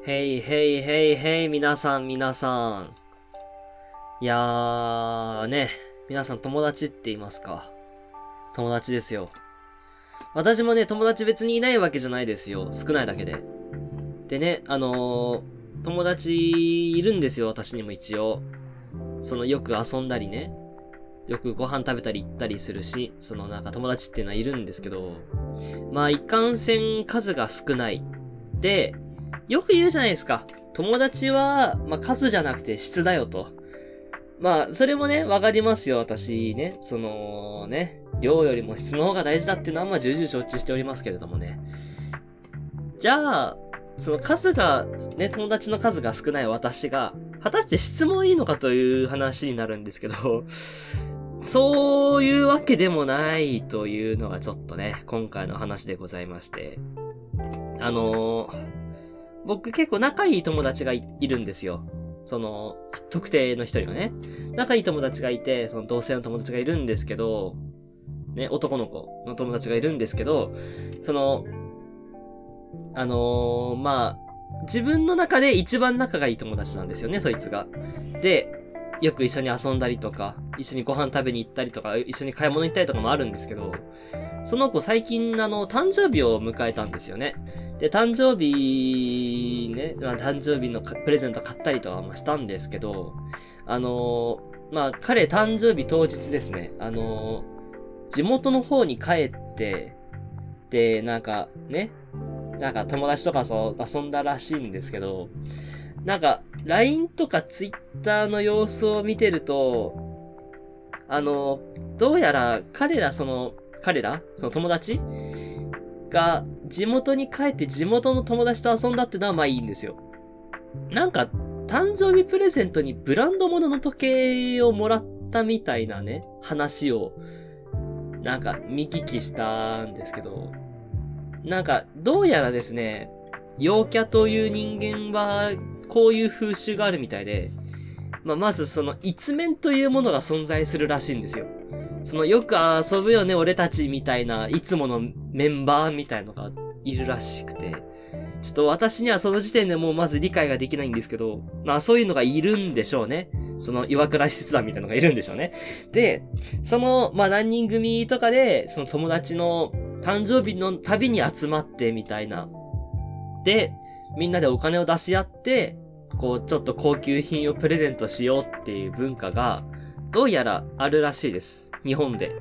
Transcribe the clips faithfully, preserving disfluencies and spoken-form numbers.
へいへいへいへい、皆さん皆さん。いやーね、皆さん友達って言いますか。友達ですよ。私もね、友達別にいないわけじゃないですよ。少ないだけで。でね、あのー、友達いるんですよ、私にも一応。その、よく遊んだりね。よくご飯食べたり行ったりするし、そのなんか友達っていうのはいるんですけど、まあ、いかんせん数が少ない。で、よく言うじゃないですか。友達は、まあ、数じゃなくて質だよと。まあ、それもね、わかりますよ、私ね。その、ね、量よりも質の方が大事だっていうのは、まあ、重々承知しておりますけれどもね。じゃあ、その数が、ね、友達の数が少ない私が、果たして質もいいのかという話になるんですけど、そういうわけでもないというのがちょっとね、今回の話でございまして。あのー、僕結構仲いい友達が い, いるんですよ。その、特定の一人がね。仲いい友達がいて、その同性の友達がいるんですけど、ね、男の子の友達がいるんですけど、その、あのー、まあ、自分の中で一番仲がいい友達なんですよね、そいつが。で、よく一緒に遊んだりとか、一緒にご飯食べに行ったりとか、一緒に買い物行ったりとかもあるんですけど、その子最近あの、誕生日を迎えたんですよね。で、誕生日ね、まあ、誕生日のプレゼント買ったりとかもしたんですけど、あのー、まあ、彼誕生日当日ですね、あのー、地元の方に帰って、で、なんかね、なんか友達とかそう遊んだらしいんですけど、なんか ライン とか Twitter の様子を見てると、あの、どうやら彼らその、彼らその友達が地元に帰って地元の友達と遊んだってのはまあいいんですよ。なんか誕生日プレゼントにブランド物の時計をもらったみたいなね、話をなんか見聞きしたんですけど、なんかどうやらですね、陽キャという人間はこういう風習があるみたいで、まあ、まずその一面というものが存在するらしいんですよ。そのよく遊ぶよね俺たちみたいないつものメンバーみたいのがいるらしくて、ちょっと私にはその時点でもうまず理解ができないんですけど、まあそういうのがいるんでしょうね。その岩倉施設団みたいなのがいるんでしょうね。で、そのまあ何人組とかでその友達の誕生日のたびに集まってみたいな。で、みんなでお金を出し合って、こうちょっと高級品をプレゼントしようっていう文化がどうやらあるらしいです。日本で。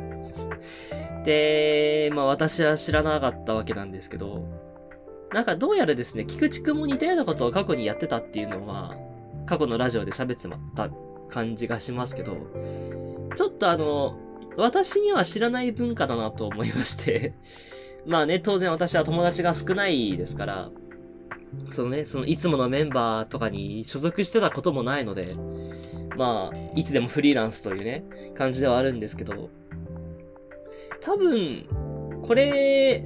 で、まあ私は知らなかったわけなんですけど、なんかどうやらですね、菊池くんも似たようなことを過去にやってたっていうのは、過去のラジオで喋ってた感じがしますけど、ちょっとあの、私には知らない文化だなと思いまして。まあね、当然私は友達が少ないですから、そのね、そのいつものメンバーとかに所属してたこともないので、まあ、いつでもフリーランスというね、感じではあるんですけど、多分、これ、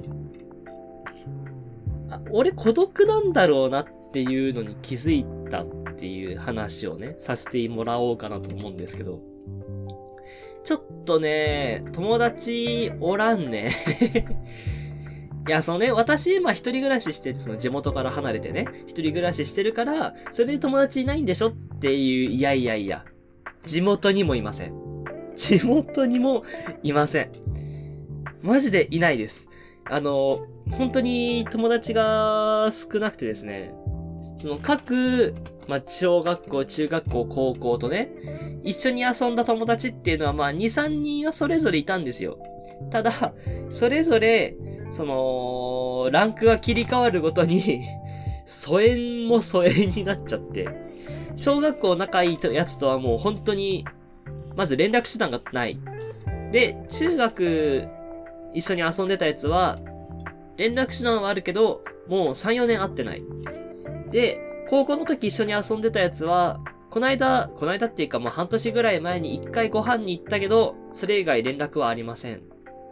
あ、俺孤独なんだろうなっていうのに気づいたっていう話をね、させてもらおうかなと思うんですけど、ちょっとね、友達おらんね。いや、そのね、私、まあ一人暮らししてて、その地元から離れてね、一人暮らししてるから、それで友達いないんでしょっていう、いやいやいや、地元にもいません。地元にもいません。マジでいないです。あの、本当に友達が少なくてですね、その各、まあ小学校、中学校、高校とね、一緒に遊んだ友達っていうのはまあに、さんにんはそれぞれいたんですよ。ただ、それぞれ、その、ランクが切り替わるごとに、疎遠も疎遠になっちゃって、小学校仲いいやつとはもう本当に、まず連絡手段がない。で、中学一緒に遊んでたやつは、連絡手段はあるけど、もうさん、よねん会ってない。で、高校の時一緒に遊んでたやつは、こないだ、こないだっていうかもう半年ぐらい前に一回ご飯に行ったけど、それ以外連絡はありません。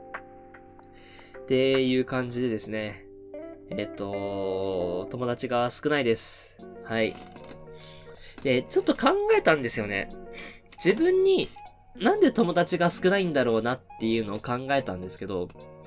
っていう感じでですね。えっと、友達が少ないです。はい。で、ちょっと考えたんですよね。自分になんで友達が少ないんだろうなっていうのを考えたんですけど、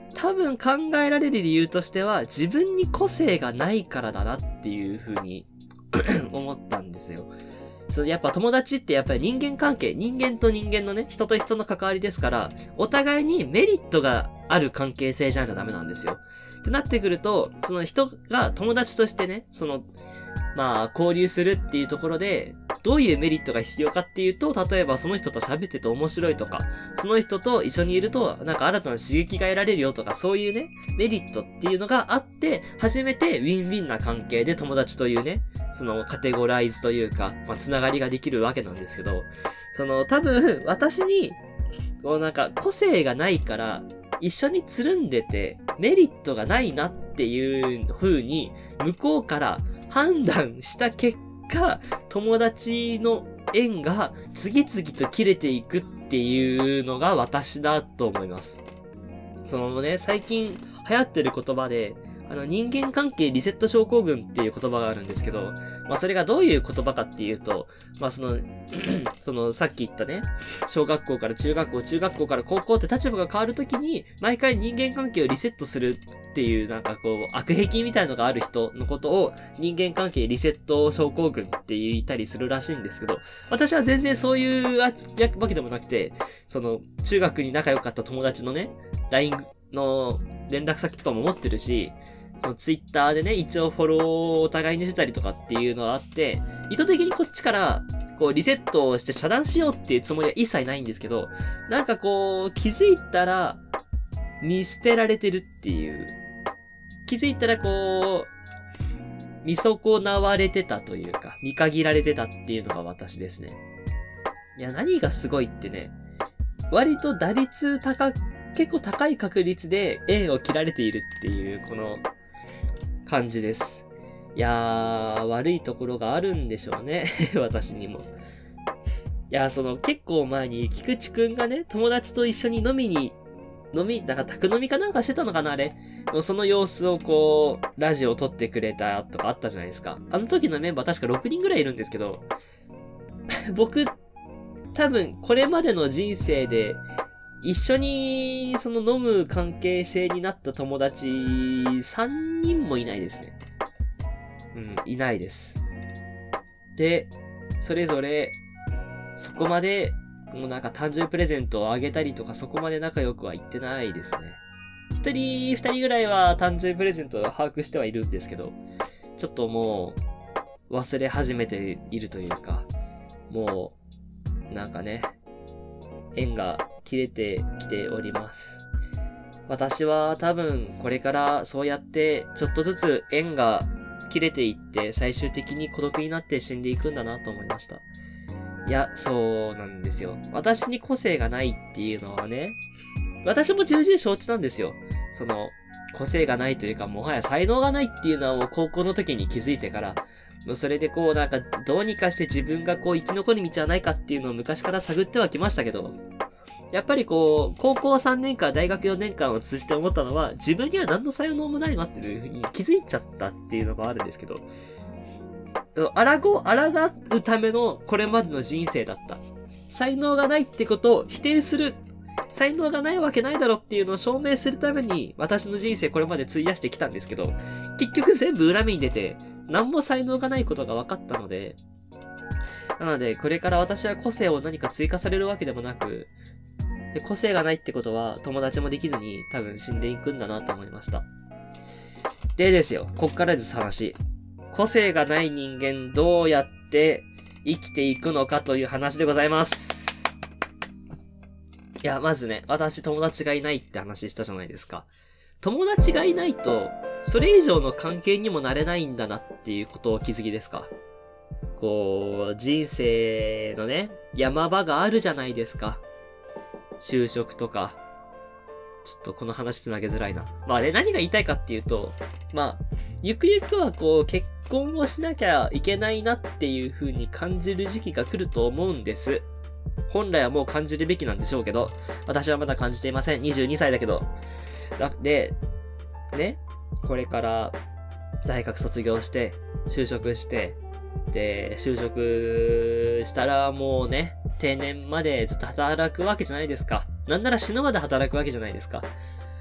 多分考えられる理由としては、自分に個性がないからだなっていう風に思ったんですよ。そのやっぱ友達ってやっぱり人間関係、人間と人間のね、人と人の関わりですから、お互いにメリットがある関係性じゃなきゃダメなんですよ。ってなってくると、その人が友達としてね、その、まあ、交流するっていうところで、どういうメリットが必要かっていうと、例えばその人と喋ってて面白いとか、その人と一緒にいると、なんか新たな刺激が得られるよとか、そういうね、メリットっていうのがあって、初めてウィンウィンな関係で友達というね、そのカテゴライズというか、まあ、つながりができるわけなんですけど、その、多分、私に、こうなんか、個性がないから、一緒につるんでて、メリットがないなっていう風に、向こうから判断した結果、友達の縁が次々と切れていくっていうのが私だと思います。そのね、最近流行ってる言葉で、あの人間関係リセット症候群っていう言葉があるんですけど、まあそれがどういう言葉かっていうと、まあその、そのさっき言ったね、小学校から中学校、中学校から高校って立場が変わるときに、毎回人間関係をリセットするっていうなんかこう、悪癖みたいのがある人のことを人間関係リセット症候群って言ったりするらしいんですけど、私は全然そういうわけでもなくて、その中学に仲良かった友達のね、ライン の連絡先とかも持ってるし、そのツイッターでね、一応フォローをお互いにしたりとかっていうのがあって、意図的にこっちから、こうリセットをして遮断しようっていうつもりは一切ないんですけど、なんかこう、気づいたら、見捨てられてるっていう。気づいたらこう、見損なわれてたというか、見限られてたっていうのが私ですね。いや、何がすごいってね、割と打率高、結構高い確率で縁を切られているっていう、この、感じです。いやー、悪いところがあるんでしょうね。私にも。いやー、その結構前に菊池くんがね、友達と一緒に飲みに、飲み、なんか宅飲みかなんかしてたのかなあれ。その様子をこう、ラジオを撮ってくれたとかあったじゃないですか。あの時のメンバー確かろくにんぐらいいるんですけど、僕、多分これまでの人生で、一緒にその飲む関係性になった友達さんにんもいないですね。うん、いないです。で、それぞれそこまでもうなんか誕生日プレゼントをあげたりとかそこまで仲良くは言ってないですね。一人二人ぐらいは誕生日プレゼントを把握してはいるんですけど、ちょっともう忘れ始めているというか、もうなんかね、縁が切れてきております。私は多分これからそうやってちょっとずつ縁が切れていって最終的に孤独になって死んでいくんだなと思いました。いや、そうなんですよ。私に個性がないっていうのはね、私も重々承知なんですよ。その個性がないというかもはや才能がないっていうのはもう高校の時に気づいてから、もうそれでこうなんかどうにかして自分がこう生き残る道はないかっていうのを昔から探ってはきましたけど、やっぱりこう高校さんねんかん大学よねんかんを通じて思ったのは自分には何の才能もないなっていうふうに気づいちゃったっていうのがあるんですけど、あらご、あらがうためのこれまでの人生だった。才能がないってことを否定する。才能がないわけないだろっていうのを証明するために私の人生これまで費やしてきたんですけど、結局全部裏目に出て何も才能がないことが分かったので、なのでこれから私は個性を何か追加されるわけでもなく、で個性がないってことは友達もできずに多分死んでいくんだなと思いました。でですよ、こっからです話。個性がない人間どうやって生きていくのかという話でございます。いや、まずね、私友達がいないって話したじゃないですか。友達がいないと、それ以上の関係にもなれないんだなっていうことを気づきですか。こう、人生のね、山場があるじゃないですか。就職とか。ちょっとこの話つなげづらいな。まあね、何が言いたいかっていうと、まあ、ゆくゆくはこう、結婚をしなきゃいけないなっていう風に感じる時期が来ると思うんです。本来はもう感じるべきなんでしょうけど、私はまだ感じていません。にじゅうにさいだけど。だで、ね、これから大学卒業して、就職して、で、就職したらもうね、定年までずっと働くわけじゃないですか。なんなら死ぬまで働くわけじゃないですか。っ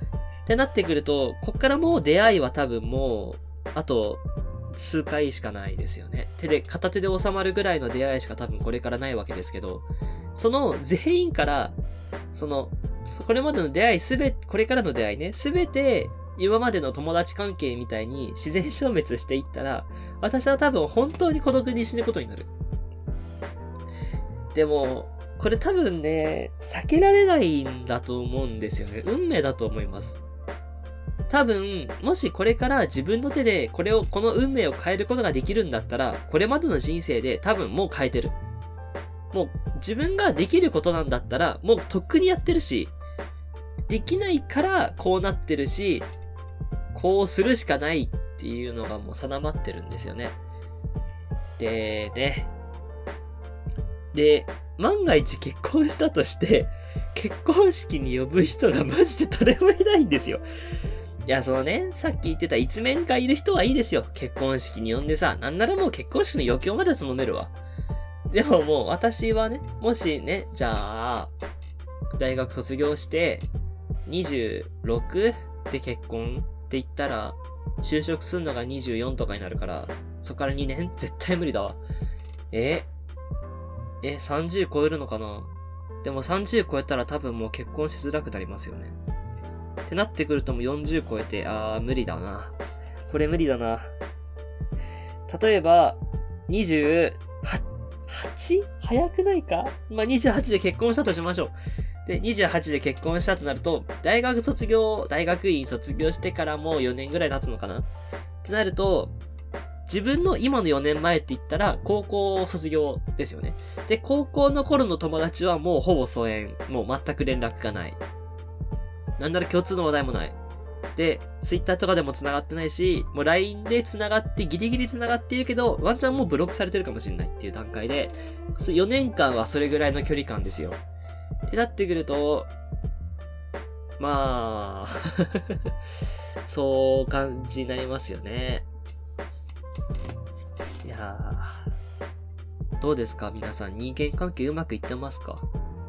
ってなってくると、こっからもう出会いは多分もう、あと、数回しかないですよね。手で、片手で収まるぐらいの出会いしか多分これからないわけですけど、その全員から、その、これまでの出会いすべ、これからの出会いね、すべて、今までの友達関係みたいに自然消滅していったら、私は多分本当に孤独に死ぬことになる。でも、これ多分ね、避けられないんだと思うんですよね。運命だと思います。多分、もしこれから自分の手でこれを、この運命を変えることができるんだったら、これまでの人生で多分もう変えてる。もう自分ができることなんだったら、もうとっくにやってるし、できないからこうなってるし、こうするしかないっていうのがもう定まってるんですよね。で、ね。で、万が一結婚したとして、結婚式に呼ぶ人がマジで誰もいないんですよ。いや、そのね、さっき言ってた一面がいる人はいいですよ。結婚式に呼んでさ、なんならもう結婚式の余興まで頼めるわ。でももう私はね、もしね、じゃあ、大学卒業して、にじゅうろくで結婚って言ったら、就職するのがにじゅうよんとかになるから、そこからにねん絶対無理だわ。ええ、さんじゅう超えるのかな？でもさんじゅう超えたら多分もう結婚しづらくなりますよね。ってなってくるともうよんじゅう超えて、あー無理だな。これ無理だな。例えば、にじゅうはち? 早くないか？まあ、にじゅうはちで結婚したとしましょう。で、にじゅうはちで結婚したとなると、大学卒業、大学院卒業してからもうよねんぐらい経つのかなってなると、自分の今のよねんまえって言ったら、高校卒業ですよね。で、高校の頃の友達はもうほぼ疎遠。もう全く連絡がない。なんなら共通の話題もない。で、Twitter とかでも繋がってないし、もう ライン で繋がってギリギリ繋がっているけど、ワンチャンもうブロックされてるかもしれないっていう段階で、よねんかんはそれぐらいの距離感ですよ。ってなってくると、まあ、そう感じになりますよね。いやー、どうですか皆さん、人間関係うまくいってますか？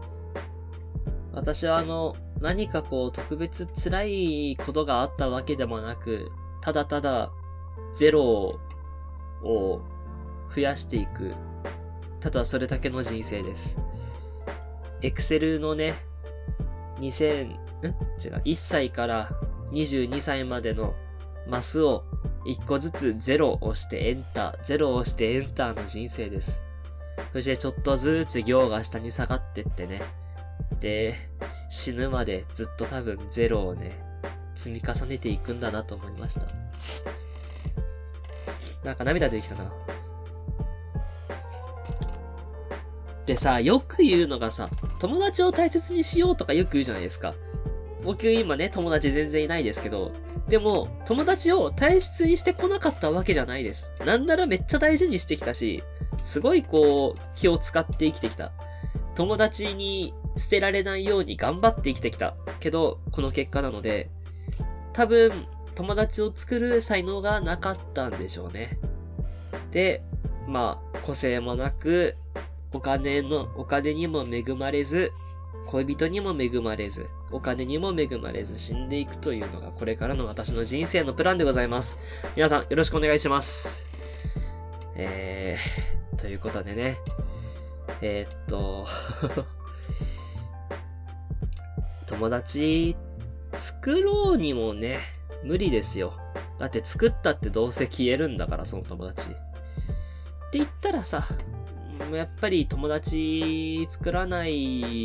私はあの、何かこう特別辛いことがあったわけでもなく、ただただゼロを増やしていく、ただそれだけの人生です。エクセルのね、にせん、ん違う、いっさいからにじゅうにさいまでのマスをいっこずつゼロを押してエンター、ゼロを押してエンターの人生です。そしてちょっとずつ行が下に下がってってね。で、死ぬまでずっと多分ゼロをね、積み重ねていくんだなと思いました。なんか涙出てきたな。でさ、よく言うのがさ、友達を大切にしようとかよく言うじゃないですか。僕今ね、友達全然いないですけど、でも、友達を大切にしてこなかったわけじゃないです。なんならめっちゃ大事にしてきたし、すごいこう、気を使って生きてきた。友達に捨てられないように頑張って生きてきた。けど、この結果なので、多分、友達を作る才能がなかったんでしょうね。で、まあ、個性もなく、お金の、お金にも恵まれず、恋人にも恵まれず、お金にも恵まれず死んでいくというのがこれからの私の人生のプランでございます。皆さんよろしくお願いします。えー、ということでね。えー、っと、友達作ろうにもね、無理ですよ。だって作ったってどうせ消えるんだから、その友達。って言ったらさ、やっぱり友達作らない、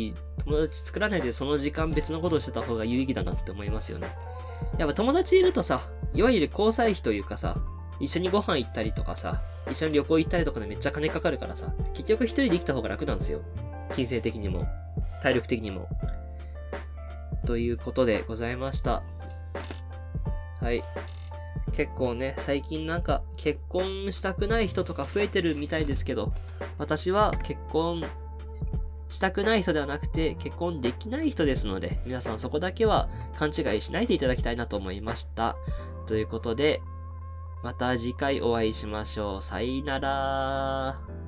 友達作らないでその時間別のことをしてた方が有意義だなって思いますよね。やっぱ友達いるとさ、いわゆる交際費というかさ、一緒にご飯行ったりとかさ、一緒に旅行行ったりとかでめっちゃ金かかるからさ、結局一人で生きた方が楽なんですよ。金銭的にも、体力的にも。ということでございました。はい。結構ね、最近なんか結婚したくない人とか増えてるみたいですけど、私は結婚したくない人ではなくて結婚できない人ですので、皆さんそこだけは勘違いしないでいただきたいなと思いました。ということで、また次回お会いしましょう。さよなら。